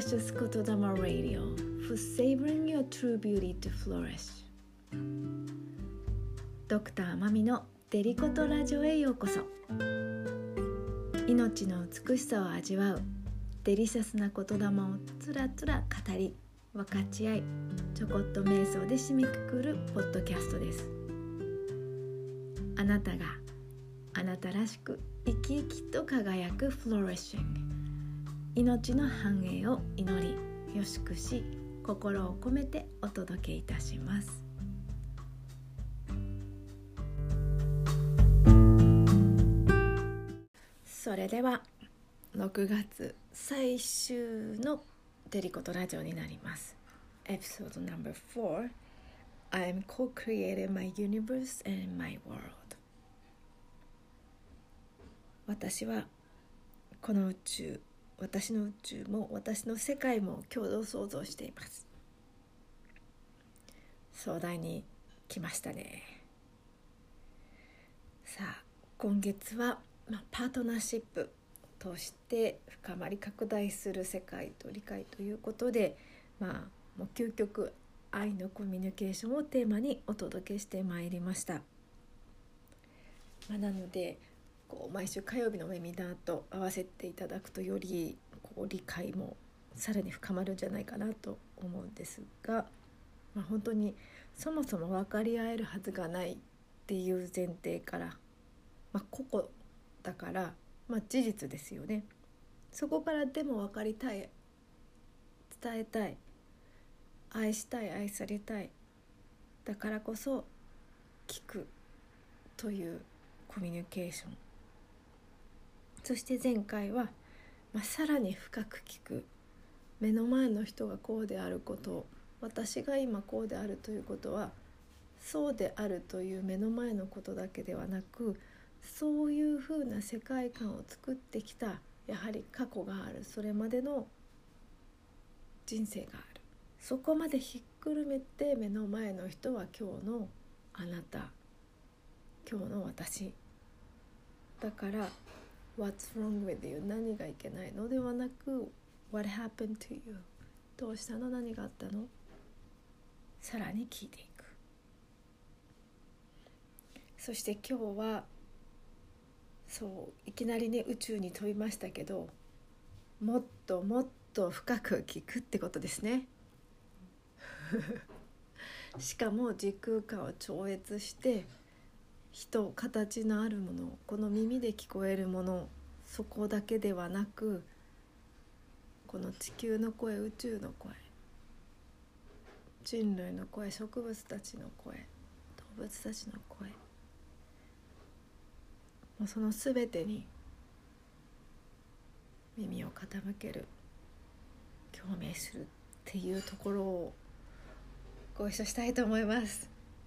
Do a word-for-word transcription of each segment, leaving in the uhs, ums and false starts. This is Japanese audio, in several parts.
Precious 言霊 Radio for savoring your true beauty to flourish。 ドクターまみのデリコトラジオへようこそ。命の美しさを味わうデリシャスな言霊をつらつら語り分かち合い、ちょこっと瞑想で締めくくるポッドキャストです。あなたがあなたらしく生き生きと輝くフローリッシング、命の繁栄を祈りよしくし、心を込めてお届けいたします。それではろくがつ最終のデリコトラジオになります。エピソード ナンバーフォー I am co-creating my universe and my world。 私はこの宇宙、私の宇宙も私の世界も共同創造しています。壮大に来ましたね。さあ今月は、まあ、パートナーシップとして深まり拡大する世界と理解ということで、まあもう究極愛のコミュニケーションをテーマにお届けしてまいりました。まあ、なのでこう毎週火曜日のウェビナーと合わせていただくとよりこう理解もさらに深まるんじゃないかなと思うんですが、まあ、本当にそもそも分かり合えるはずがないっていう前提から、まあ、個々だから、まあ、事実ですよね。そこからでも分かりたい、伝えたい、愛したい、愛されたい、だからこそ聞くというコミュニケーション、そして前回は、まあ、さらに深く聞く、目の前の人がこうであること、私が今こうであるということはそうであるという目の前のことだけではなく、そういうふうな世界観を作ってきたやはり過去がある、それまでの人生がある。そこまでひっくるめて目の前の人は今日のあなた、今日の私だから What's wrong with you、 何がいけないのではなく What happened to you、 どうしたの、何があったの、さらに聞いていく。そして今日はそういきなりね宇宙に飛びましたけど、もっともっと深く聞くってことですねしかも時空間を超越して人、形のあるもの、この耳で聞こえるもの、そこだけではなく、この地球の声、宇宙の声、人類の声、植物たちの声、動物たちの声、もうその全てに耳を傾ける、共鳴するっていうところをご一緒したいと思います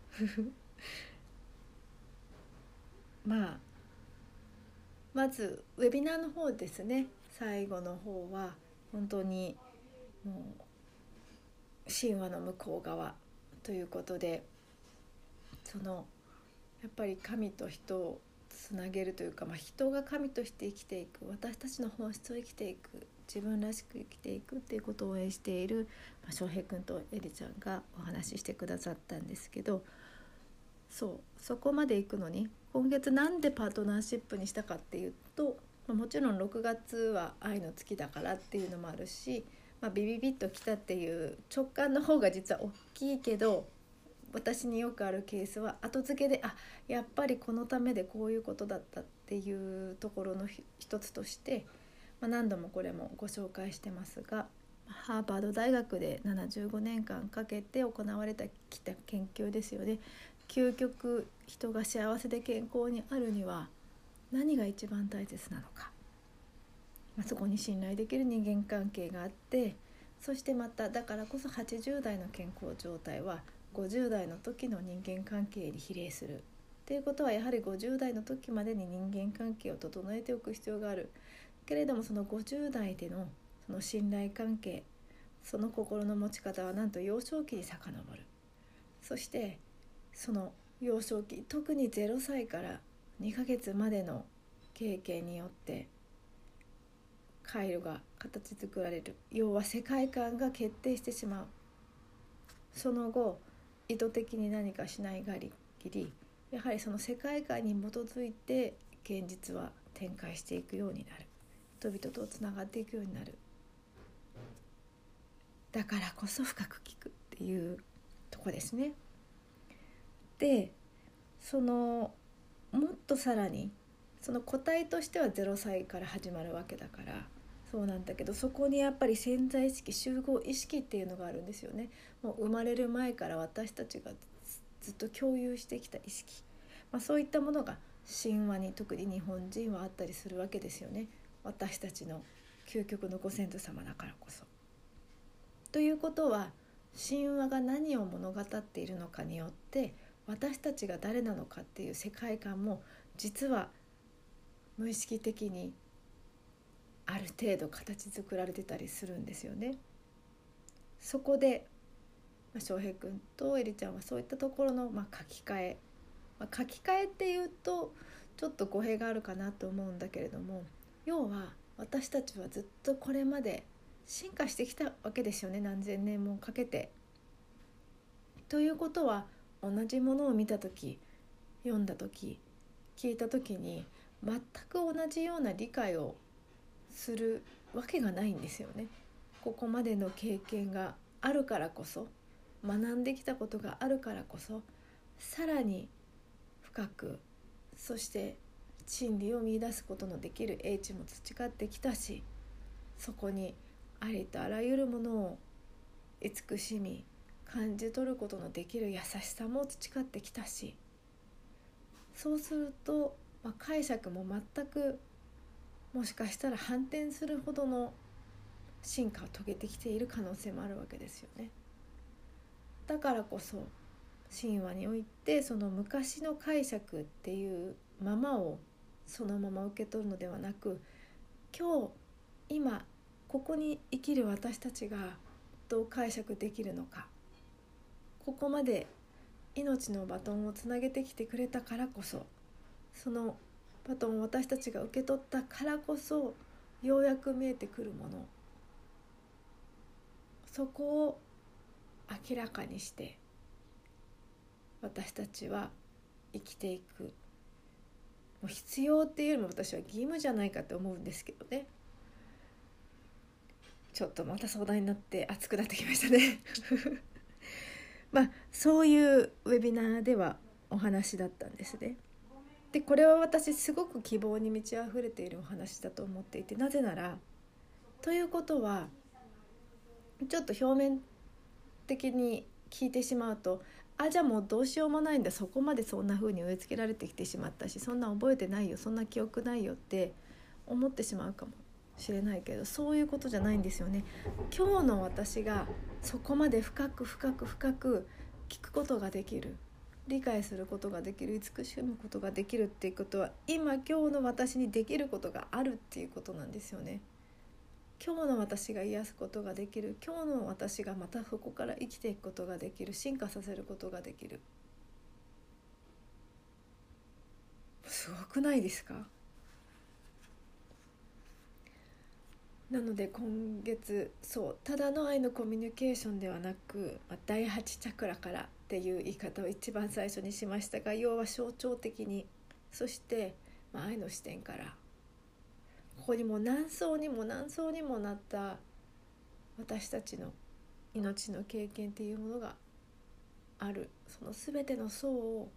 まあまずウェビナーの方ですね。最後の方は本当にもう神話の向こう側ということで、そのやっぱり神と人をつなげるというか、まあ、人が神として生きていく、私たちの本質を生きていく、自分らしく生きていくっていうことを応援している、まあ、翔平くんとエリちゃんがお話ししてくださったんですけど、そうそこまで行くのに今月なんでパートナーシップにしたかっていうと、まあ、もちろんろくがつは愛の月だからっていうのもあるし、まあ、ビビビッと来たっていう直感の方が実は大きいけど、私によくあるケースは後付けで、あ、やっぱりこのためでこういうことだったっていうところの一つとして、まあ、何度もこれもご紹介してますが、ハーバード大学でななじゅうごねんかんかけて行われたきた研究ですよね。究極人が幸せで健康にあるには何が一番大切なのか、まあ、そこに信頼できる人間関係があって、そしてまただからこそはちじゅう代の健康状態はごじゅう代の時の人間関係に比例するということは、やはりごじゅう代の時までに人間関係を整えておく必要があるけれども、そのごじゅう代でのその信頼関係、その心の持ち方はなんと幼少期に遡る。そしてその幼少期、特にゼロさいからにかげつまでの経験によって回路が形作られる。要は世界観が決定してしまう。その後意図的に何かしない限り、やはりその世界観に基づいて現実は展開していくようになる。人々とつながっていくようになる。だからこそ深く聞くっていうとこですね。で、そのもっとさらにその個体としてはゼロさいから始まるわけだからそうなんだけど、そこにやっぱり潜在意識、集合意識っていうのがあるんですよね。もう生まれる前から私たちがずっと共有してきた意識、まあ、そういったものが神話に特に日本人はあったりするわけですよね。私たちの究極のご先祖様だからこそ。ということは神話が何を物語っているのかによって私たちが誰なのかっていう世界観も実は無意識的にある程度形作られてたりするんですよね。そこでまあ、翔平君とエリちゃんはそういったところの、まあ、書き換え、まあ、書き換えっていうとちょっと語弊があるかなと思うんだけれども、要は私たちはずっとこれまで進化してきたわけですよね、何千年もかけて。ということは同じものを見た時、読んだ時、聞いた時に全く同じような理解をするわけがないんですよね。ここまでの経験があるからこそ、学んできたことがあるからこそ、さらに深く、そして真理を見出すことのできる英知も培ってきたし、そこにありとあらゆるものを慈しみ感じ取ることのできる優しさも培ってきたし、そうすると、まあ、解釈も全くもしかしたら反転するほどの進化を遂げてきている可能性もあるわけですよね。だからこそ神話においてその昔の解釈っていうままをそのまま受け取るのではなく、今日今ここに生きる私たちがどう解釈できるのか、ここまで命のバトンをつなげてきてくれたからこそ、そのバトンを私たちが受け取ったからこそようやく見えてくるもの、そこを明らかにして私たちは生きていく、もう必要っていうよりも私は義務じゃないかと思うんですけどね。ちょっとまた相談になって熱くなってきましたねまあそういうウェビナーではお話だったんですね。でこれは私すごく希望に満ち溢れているお話だと思っていて、なぜならということはちょっと表面的に聞いてしまうと、あじゃあもうどうしようもないんだ、そこまでそんな風に植え付けられてきてしまったし、そんな覚えてないよ、そんな記憶ないよって思ってしまうかもしれないけど、そういうことじゃないんですよね。今日の私がそこまで深く深く深く聞くことができる、理解することができる、慈しむことができるっていうことは、今今日の私にできることがあるっていうことなんですよね。今日の私が癒すことができる、今日の私がまたそこから生きていくことができる、進化させることができる。すごくないですか？なので今月、そうただの愛のコミュニケーションではなく、まあ、だいはちチャクラからっていう言い方を一番最初にしましたが、要は象徴的に、そして、まあ、愛の視点から、ここにも何層にも何層にもなった私たちの命の経験っていうものがある。その全ての層を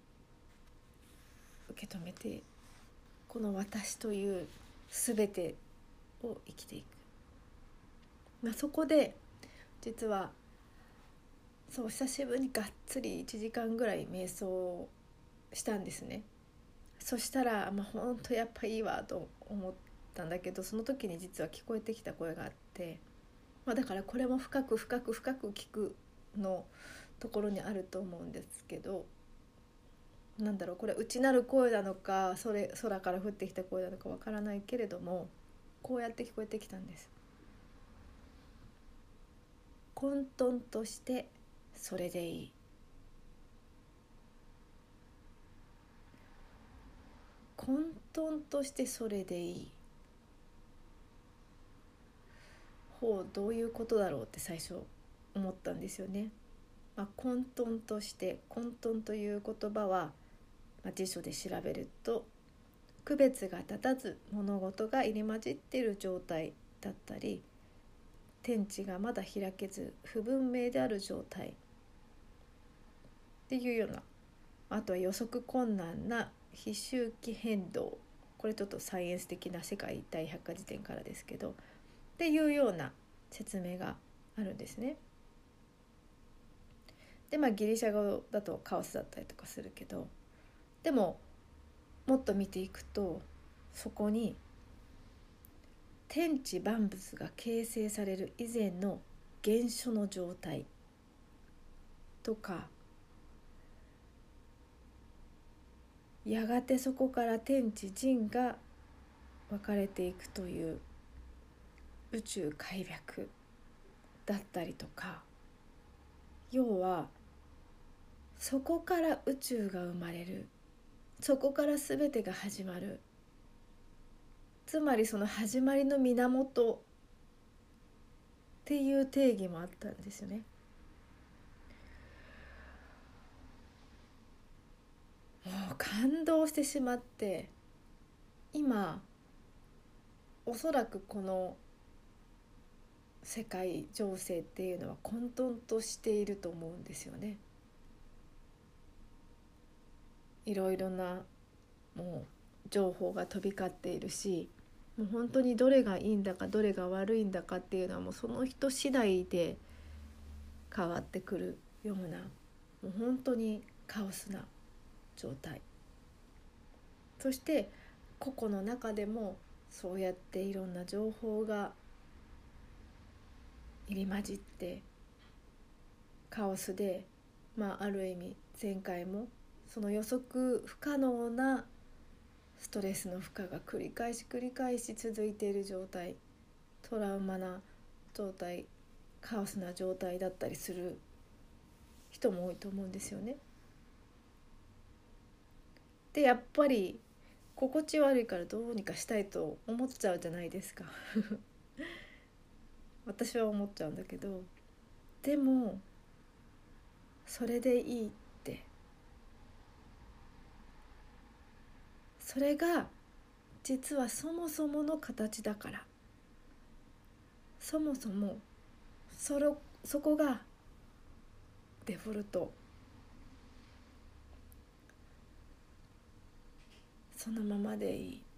受け止めて、この私という全てを生きていく、まあ、そこで実はそう久しぶりにがっつりいちじかんぐらい瞑想をしたんですね。そしたら、まあ、ほんとやっぱいいわと思ったんだけど、その時に実は聞こえてきた声があって、まあ、だからこれも深く深く深く聞くのところにあると思うんですけど、なんだろう、これ内なる声なのか、それ空から降ってきた声なのかわからないけれども、こうやって聞こえてきたんです。混沌としてそれでいい。混沌としてそれでいい。 ほうどういうことだろうって最初思ったんですよね。まあ、混沌として混沌という言葉は、まあ、辞書で調べると区別が立たず物事が入り混じっている状態だったり、天地がまだ開けず不文明である状態っていうような、あとは予測困難な非周期変動、これちょっとサイエンス的な世界大百科事典からですけどっていうような説明があるんですね。でまあギリシャ語だとカオスだったりとかするけど、でももっと見ていくとそこに天地万物が形成される以前の原初の状態とか、やがてそこから天地人が分かれていくという宇宙開闢だったりとか、要はそこから宇宙が生まれる、そこから全てが始まる、つまりその始まりの源っていう定義もあったんですよね。もう感動してしまって、今おそらくこの世界情勢っていうのは混沌としていると思うんですよね。いろいろなもう情報が飛び交っているし、もう本当にどれがいいんだかどれが悪いんだかっていうのはもうその人次第で変わってくるような、もう本当にカオスな状態。そして個々の中でもそうやっていろんな情報が入り混じってカオスで、まあある意味前回もその予測不可能なストレスの負荷が繰り返し繰り返し続いている状態、トラウマな状態、カオスな状態だったりする人も多いと思うんですよね。でやっぱり心地悪いからどうにかしたいと思っちゃうじゃないですか私は思っちゃうんだけど、でもそれでいいって、それが実はそもそもの形だから、そもそもそれそこがデフォルト、そのままでいいって、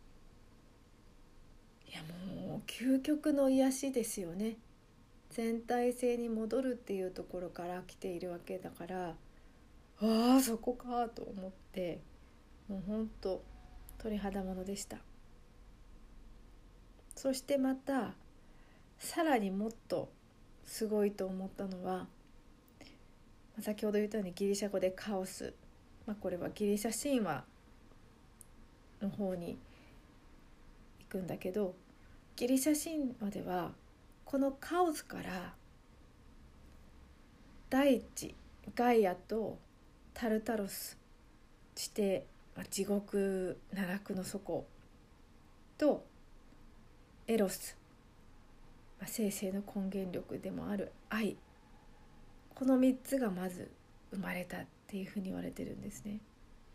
いやもう究極の癒しですよね。全体性に戻るっていうところから来ているわけだから、ああそこかと思って、もうほんと鳥肌ものでした。そしてまたさらにもっとすごいと思ったのは、先ほど言ったようにギリシャ語でカオス、まあ、これはギリシャ神話の方に行くんだけど、ギリシャ神話ではこのカオスから大地ガイアとタルタロス地底、まあ、地獄奈落の底とエロス、まあ、生成の根源力でもある愛、このみっつがまず生まれたっていうふうに言われてるんですね。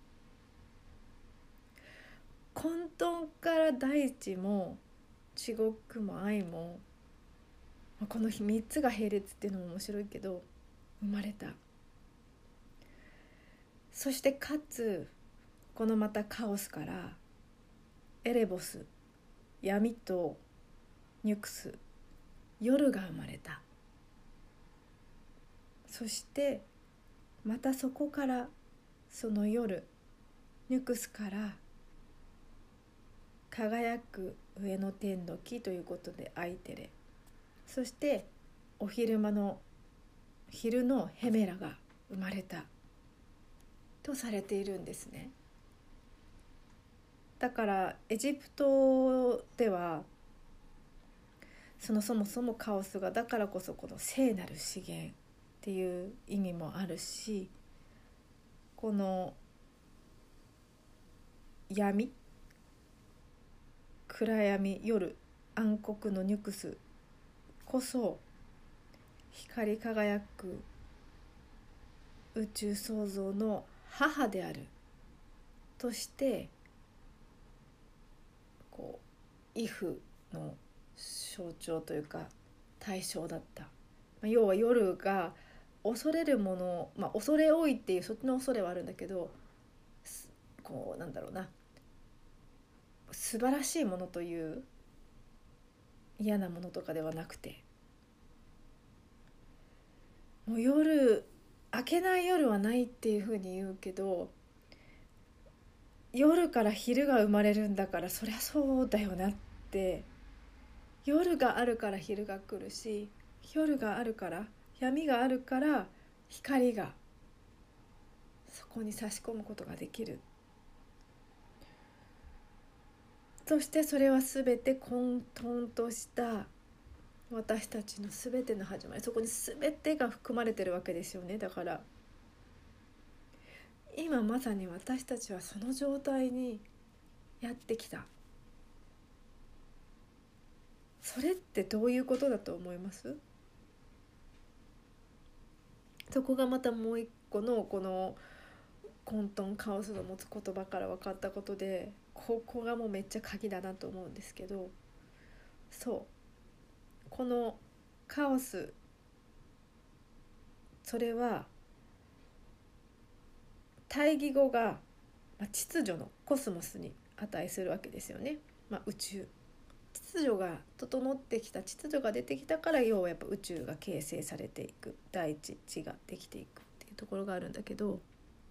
混沌から大地も地獄も愛も、まあ、このみっつが並列っていうのも面白いけど生まれた。そしてかつこのまたカオスからエレボス、闇とニュクス、夜が生まれた。そしてまたそこからその夜ニュクスから輝く上の天の木ということでアイテレ、そしてお昼間の昼のヘメラが生まれたとされているんですね。だからエジプトではそのそもそもカオスがだからこそこの聖なる資源っていう意味もあるし、この闇、暗闇、夜、 暗黒のニュクスこそ光り輝く宇宙創造の母であるとしてこうイフの象徴というか対象だった、まあ、要は夜が恐れるもの、まあ、恐れ多いっていうそっちの恐れはあるんだけど、こうなんだろうな、素晴らしいものという嫌なものとかではなくて、もう夜明けない夜はないっていうふうに言うけど、夜から昼が生まれるんだからそりゃそうだよなって、夜があるから昼が来るし、夜があるから闇があるから光がそこに差し込むことができる。そしてそれは全て混沌とした私たちの全ての始まり、そこに全てが含まれてるわけですよね。だから今まさに私たちはその状態にやってきた。それってどういうことだと思います？そこがまたもう一個のこの混沌カオスの持つ言葉から分かったことで、ここがもうめっちゃ鍵だなと思うんですけど、そうこのカオス、それは対義語が、まあ、秩序のコスモスに値するわけですよね、まあ、宇宙秩序が整ってきた、秩序が出てきたから要はやっぱ宇宙が形成されていく、大地地ができていくっていうところがあるんだけど、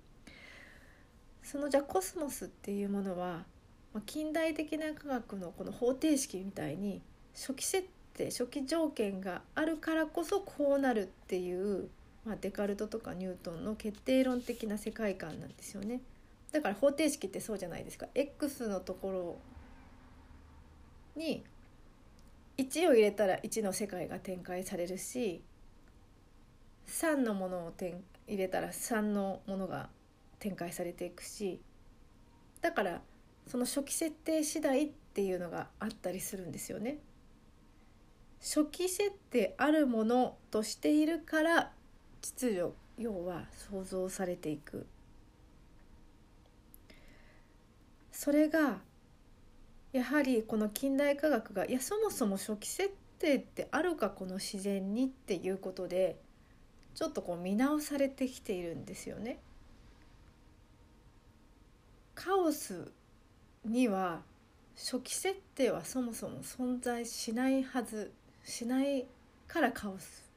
そのじゃあコスモスっていうものは、まあ、近代的な科学のこの方程式みたいに初期設定初期条件があるからこそこうなるっていう、まあ、デカルトとかニュートンの決定論的な世界観なんですよね。だから方程式ってそうじゃないですか。 X のところにいちを入れたらいちの世界が展開されるし、さんのものを入れたらさんのものが展開されていくし、だからその初期設定次第っていうのがあったりするんですよね。初期設定あるものとしているから秩序、要は創造されていく。それがやはりこの近代科学が、いやそもそも初期設定ってあるかこの自然にっていうことでちょっとこう見直されてきているんですよね。カオスには初期設定はそもそも存在しないはず、しないからカオス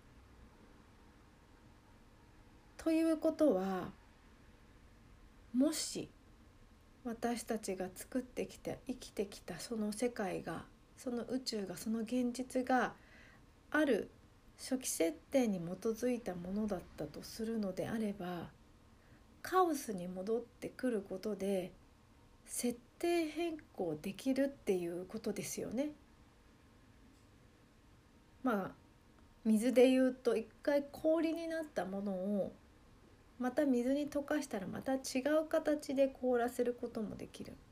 ということは、もし私たちが作ってきた生きてきたその世界が、その宇宙が、その現実がある初期設定に基づいたものだったとするのであれば、カオスに戻ってくることで設定変更できるっていうことですよね。まあ水で言うと一回氷になったものをまた水に溶かしたらまた違う形で凍らせることもできる。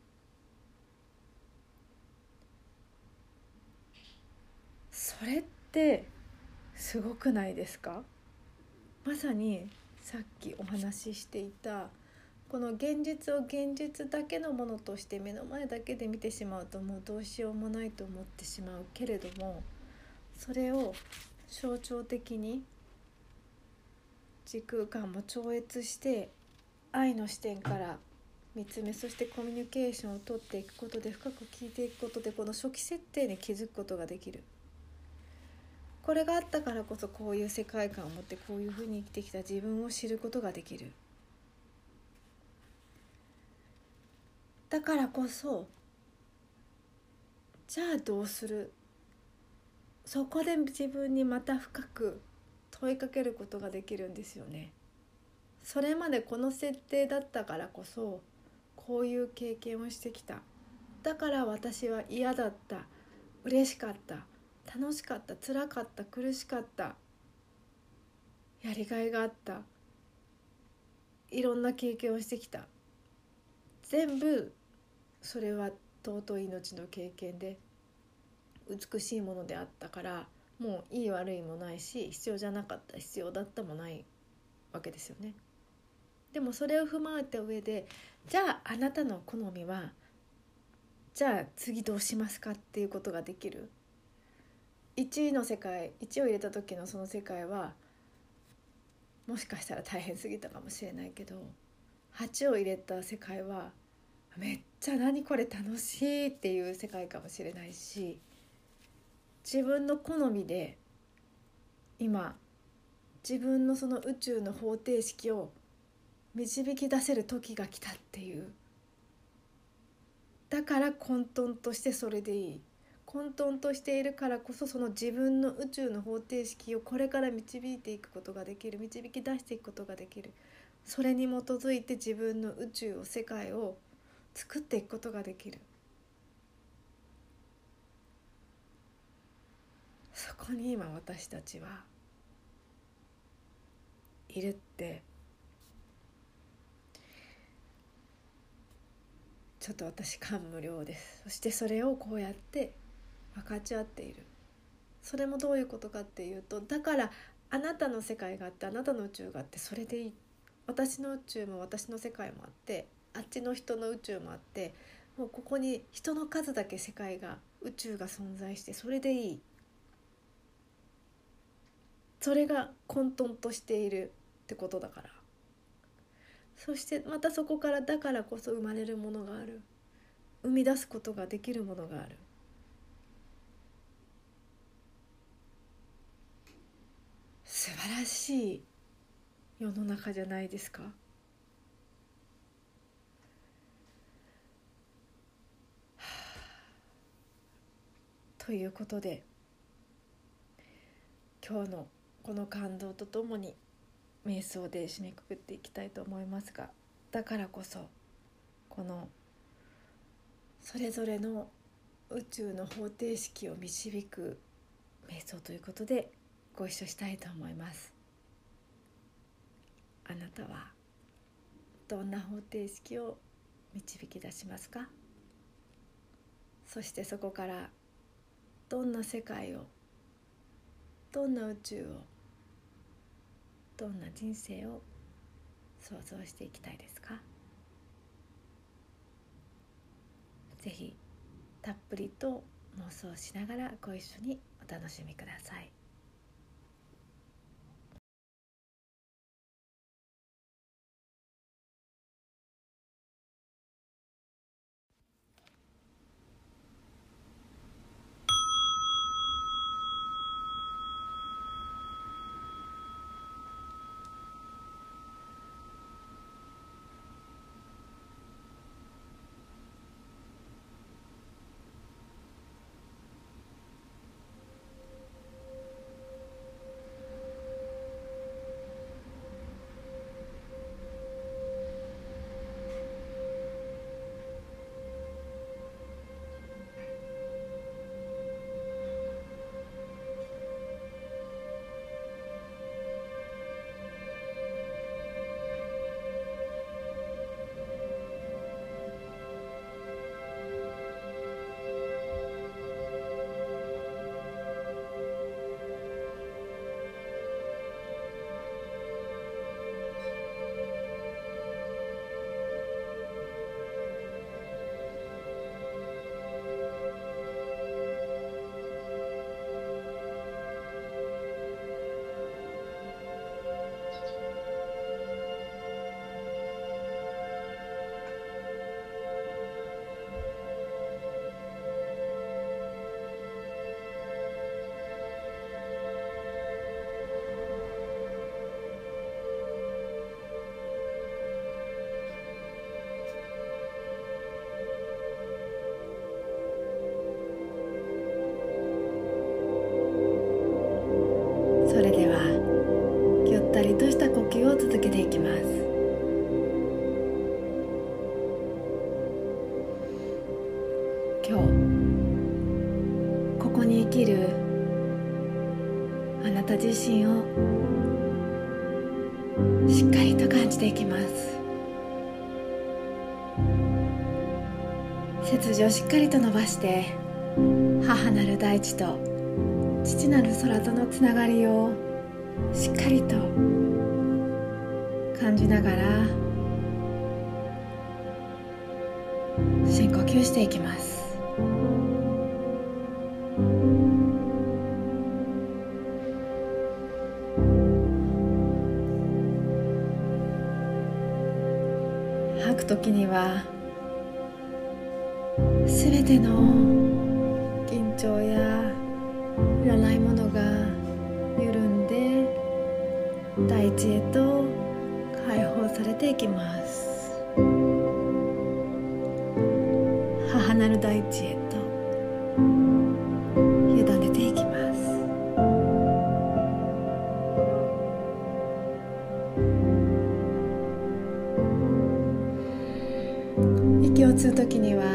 それってすごくないですか？まさにさっきお話ししていたこの現実を現実だけのものとして目の前だけで見てしまうともうどうしようもないと思ってしまうけれども、それを象徴的に時空間も超越して愛の視点から見つめ、そしてコミュニケーションをとっていくことで、深く聞いていくことで、この初期設定に気づくことができる。これがあったからこそこういう世界観を持ってこういうふうに生きてきた自分を知ることができる。だからこそじゃあどうする、そこで自分にまた深く問いかけることができるんですよね。それまでこの設定だったからこそこういう経験をしてきた、だから私は嫌だった、嬉しかった、楽しかった、辛かった、苦しかった、やりがいがあった、いろんな経験をしてきた、全部それは尊い命の経験で、 美しいものであったから、もういい悪いもないし、必要じゃなかった必要だったもないわけですよね。でもそれを踏まえた上で、じゃああなたの好みは、じゃあ次どうしますかっていうことができる。いちの世界、いちを入れた時のその世界はもしかしたら大変すぎたかもしれないけど、はちを入れた世界はめっちゃ何これ楽しいっていう世界かもしれないし、自分の好みで今自分のその宇宙の方程式を導き出せる時が来たっていう。だから混沌としてそれでいい。混沌としているからこそ、その自分の宇宙の方程式をこれから導いていくことができる、導き出していくことができる。それに基づいて自分の宇宙を、世界を作っていくことができる。そこに今私たちはいるって、ちょっと私感無量です。そしてそれをこうやって分かち合っている。それもどういうことかっていうと、だからあなたの世界があって、あなたの宇宙があって、それでいい。私の宇宙も私の世界もあって、あっちの人の宇宙もあって、もうここに人の数だけ世界が、宇宙が存在して、それでいい。それが混沌としているってことだから。そしてまたそこから、だからこそ生まれるものがある。生み出すことができるものがある。素晴らしい世の中じゃないですか。ということで、今日のこの感動とともに瞑想で締めくくっていきたいと思いますが、だからこそこのそれぞれの宇宙の方程式を導く瞑想ということでご一緒したいと思います。あなたはどんな方程式を導き出しますか？そしてそこからどんな世界を、どんな宇宙を、どんな人生を想像していきたいですか？ぜひたっぷりと妄想しながらご一緒にお楽しみください。それではゆったりとした呼吸を続けていきます。今日ここに生きるあなた自身をしっかりと感じていきます。背筋をしっかりと伸ばして母なる大地と父なる空とのつながりをしっかりと感じながら深呼吸していきます。吐くときにはすべての緊張やいらないものが緩んで大地へと解放されていきます。母なる大地へと委ねていきます。息を吸うときには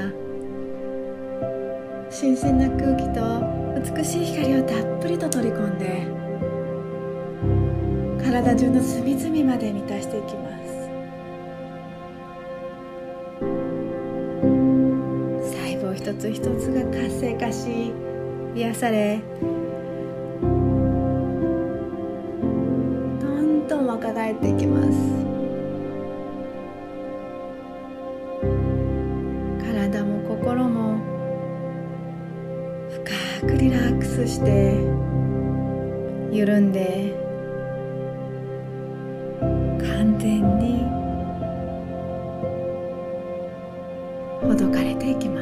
新鮮な空気と美しい光をたっぷりと取り込んで体中の隅々まで満たしていきます。細胞一つ一つが活性化し癒され、どんどん若返っていきます。体も心も深くリラックスして緩んで完全にほどかれていきます。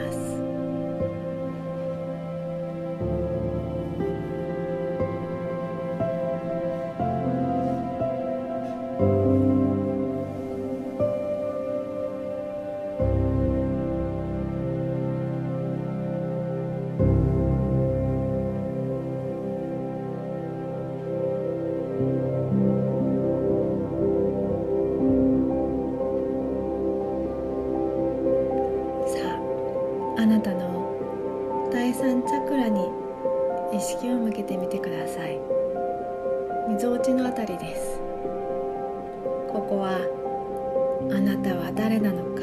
あなたの第三チャクラに意識を向けてみてください。みぞおちのあたりです。ここはあなたは誰なのか、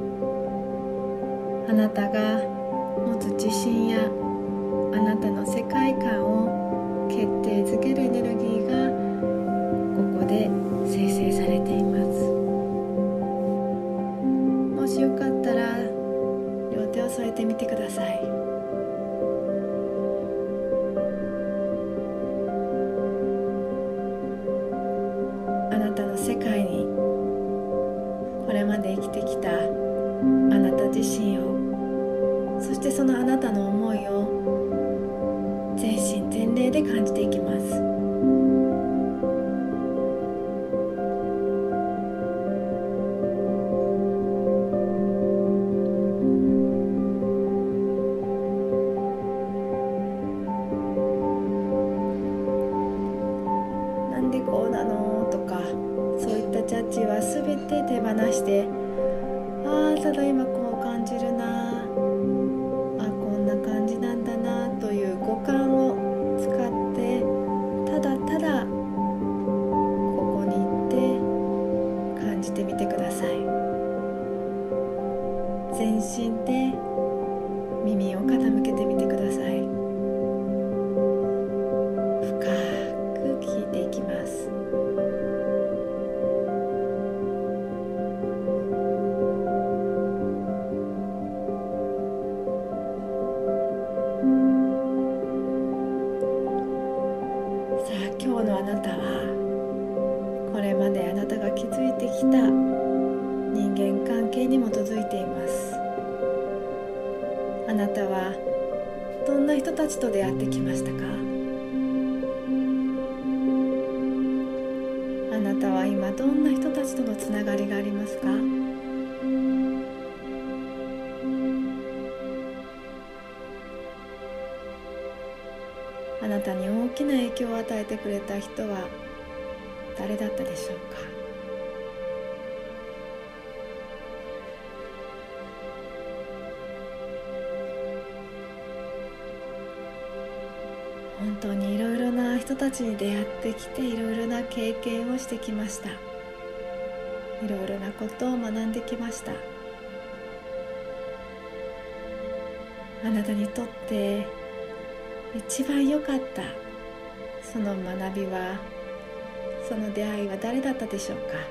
あなたが持つ自信やあなたの世界観を決定づけるエネルギーがここで生成されています。もしよかったら両手を添えてみてください。あなたの世界にこれまで生きてきたあなた自身を、そしてそのあなたの思いを全身全霊で感じていきます。なんでこうなのとか、そういったジャッジはすべて手放して、ああただ今こう感じるな、あこんな感じなんだなという五感を使ってただただここに行って感じてみてください。全身で耳を傾けてみてください。深く聞いていきます。さあ今日のあなたはこれまであなたが築いてきた人間関係に基づいています。あなたはどんな人たちと出会ってきましたか？あなたは今どんな人たちとのつながりがありますか？あなたに大きな影響を与えてくれた人は誰だったでしょうか？本当にいろいろな人たちに出会ってきて、いろいろな経験をしてきました。いろいろなことを学んできました。 あなたにとって一番良かったその学びは、その出会いは誰だったでしょうか。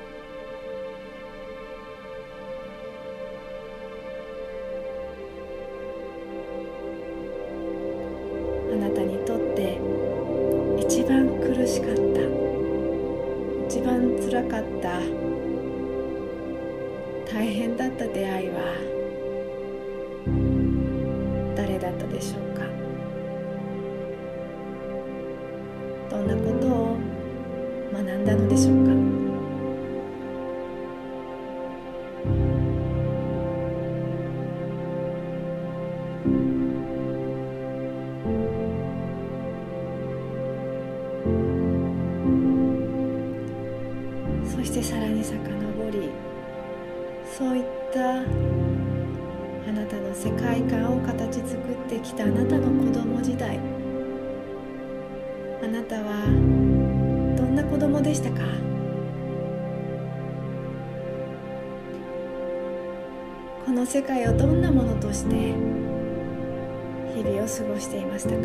あなたにとって一番苦しかった、一番つらかった、大変だった出会いは誰だったでしょうか。どんなことを学んだのでしょうか。そしてさらに遡り、そういったあなたの世界観を形作ってきたあなたの子供時代、あなたはどんな子供でしたか。この世界をどんなものとして日々を過ごしていましたか。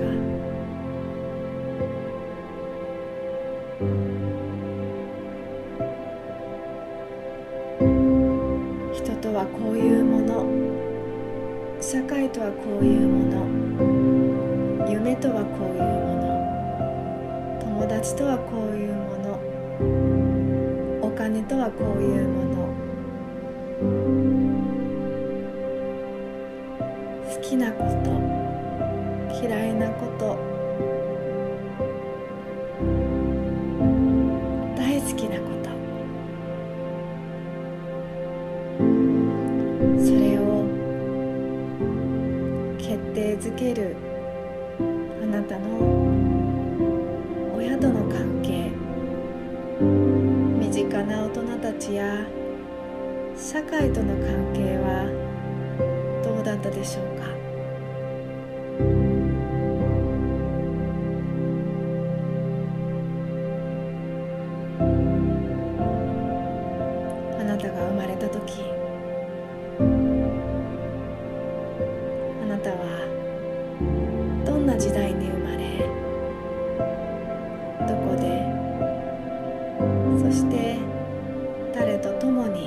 人とはこういうもの、社会とはこういうもの、夢とはこういうもの、友達とはこういうもの、お金とはこういうもの、好きなこと、嫌いなこと、大好きなこと、それを決定づけるあなたの親との関係、身近な大人たちや社会との関係はどうだったでしょうか。あなたが生まれた時、あなたはどんな時代に生まれ、どこで、そして誰と共に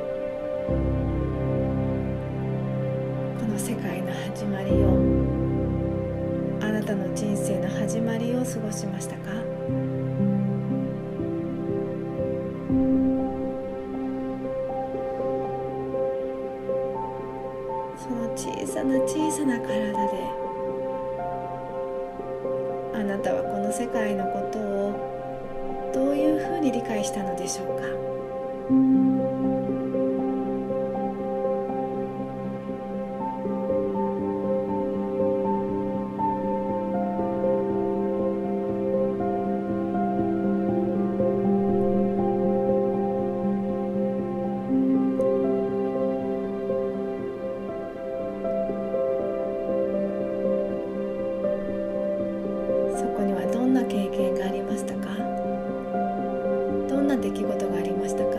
この世界の始まりを、あなたの人生の始まりを過ごしましたか。その小さな小さな体であなたはこの世界のことをどういうふうに理解したのでしょうか。そこにはどんな経験がありましたか。どんな出来事がありましたか。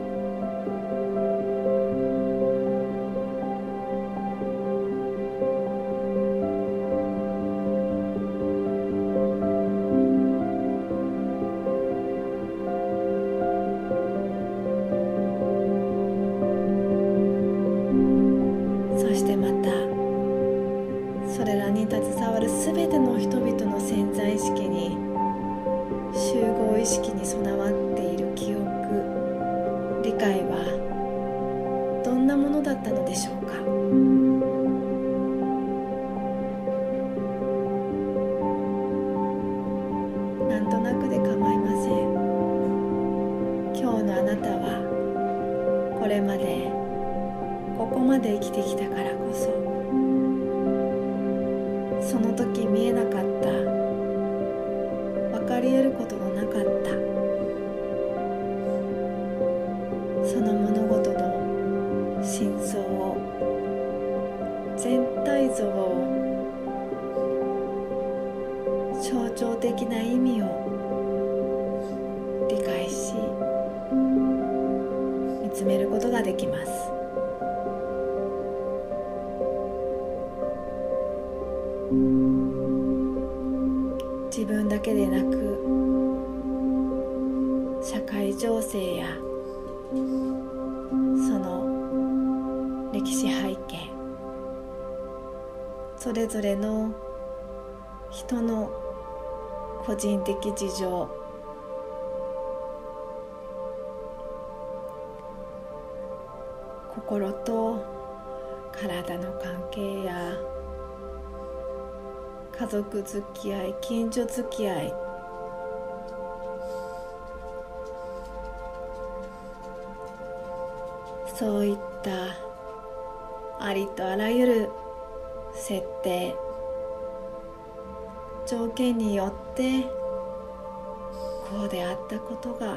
そしてまたそれらに携わるすべての人々の潜在意識に、集合意識に備わっている記憶、理解はどんなものだったのでしょうか。なんとなくで構いません。今日のあなたはこれまでここまで生きてきたからこそ、その時見えなかった、分かり得ることのなかったその物事の真相を、全体像を、象徴的な意味を理解し見つめることができます。 けでなく、社会情勢やその歴史背景、それぞれの人の個人的事情、心と体の関係や家族付き合い、近所付き合い、そういったありとあらゆる設定、条件によってこうであったことが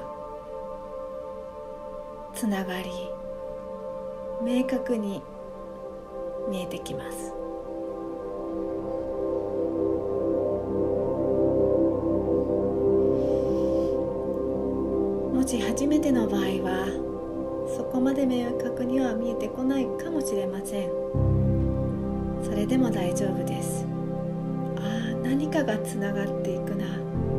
つながり明確に見えてきます。もし初めての場合はそこまで明確には見えてこないかもしれません。それでも大丈夫です。ああ、何かがつながっていくな、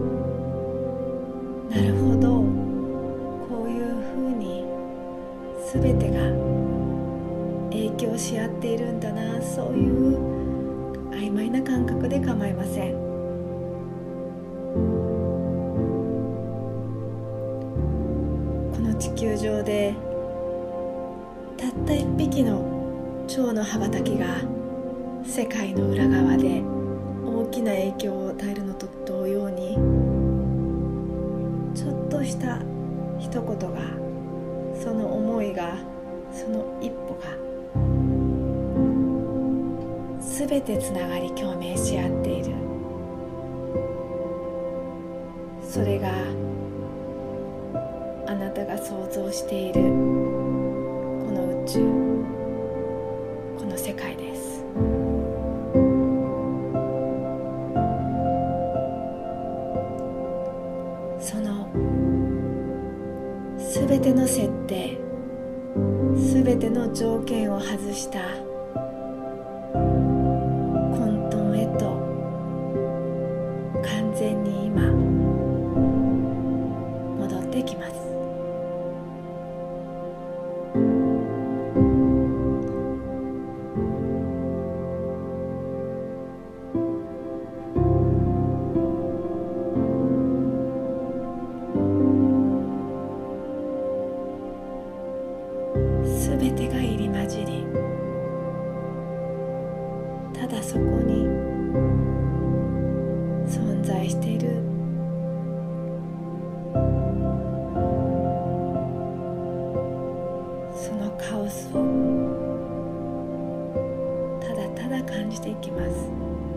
なるほど、こういうふうに全てが影響し合っているんだな、そういう曖昧な感覚で構いません。この地球上でたった一匹の蝶の羽ばたきが世界の裏側で大きな影響を与えるのと同様に、ちょっとした一言が、その思いが、その一歩が全てつながり共鳴し合っている。それがあなたが想像しているこの宇宙、この世界です。そのすべての設定、すべての条件を外した混沌へと完全に今戻ってきます。すべてが入り混じり、ただそこに存在しているそのカオスをただただ感じていきます。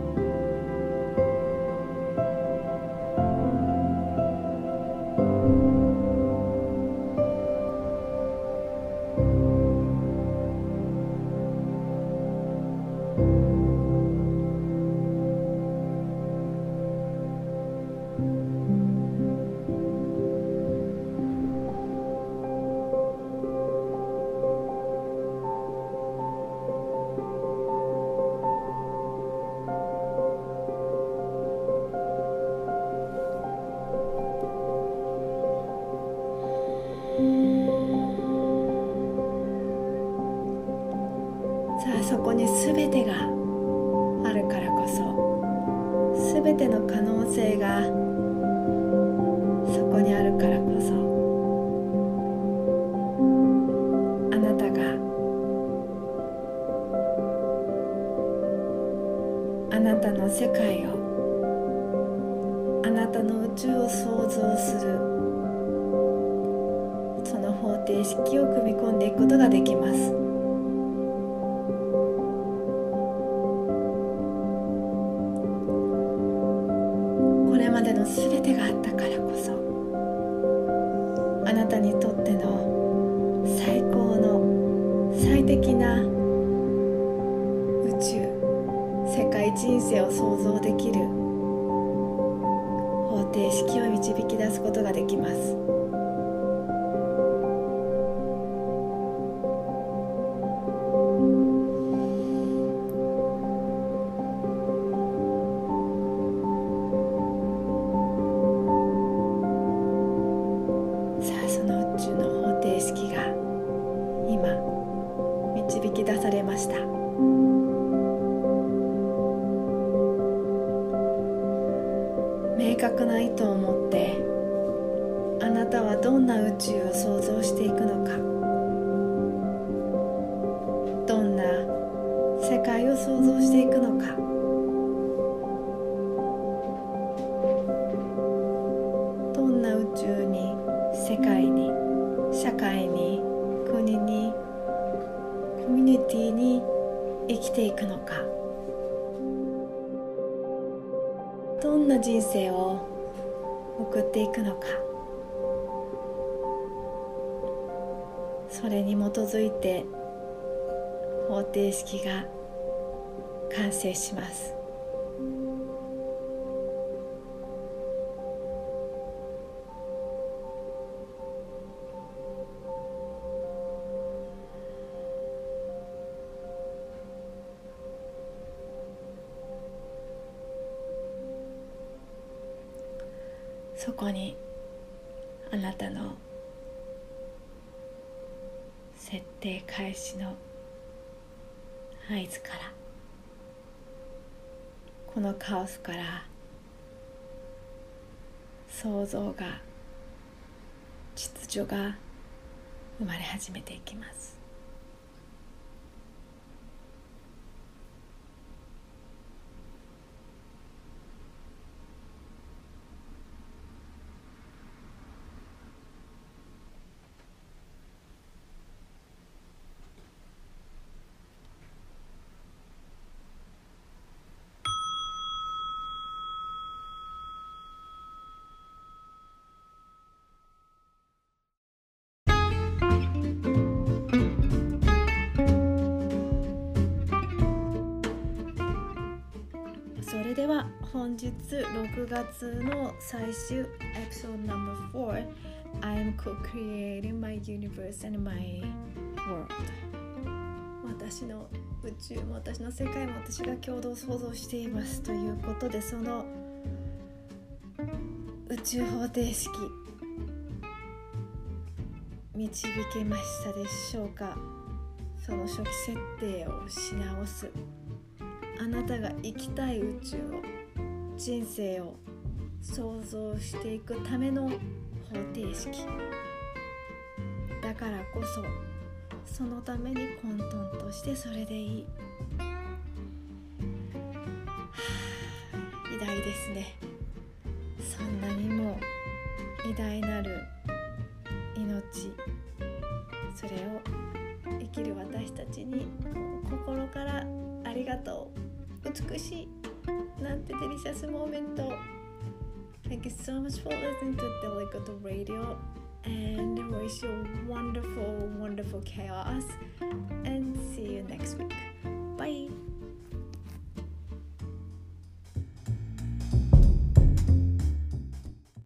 さあ、そこに全てがあるからこそ、全ての可能性がそこにあるからこそ、あなたがあなたの世界を、あなたの宇宙を創造する、その方程式を組み込んでいくことができます。これまでのすべてがあったからこそ、あなたにとっての最高の最適な宇宙、世界人生を想像できる方程式を導き出すことができます。 どんな宇宙を想像していくのか、どんな世界を想像していくのか、どんな宇宙に、世界に、社会に、国に、コミュニティに生きていくのか、どんな人生を送っていくのか、それに基づいて方程式が完成します。そこにあなたの設定開始の合図から、このカオスから創造が、秩序が生まれ始めていきます。それでは本日ろくがつの最終エピソード ナンバーフォー I am co-creating my universe and my world。 私の宇宙も私の世界も私が共同創造していますということで、その宇宙方程式導けましたでしょうか。その初期設定をし直す、あなたが生きたい宇宙を、人生を想像していくための方程式だからこそ、そのために混沌としてそれでいい。偉大ですね。そんなにも偉大なる命、それを生きる私たちに心からありがとう、美しいなんてデリシャスモーメント。 Thank you so much for listening to Delicato Radio and wish you wonderful wonderful chaos and see you next week. Bye.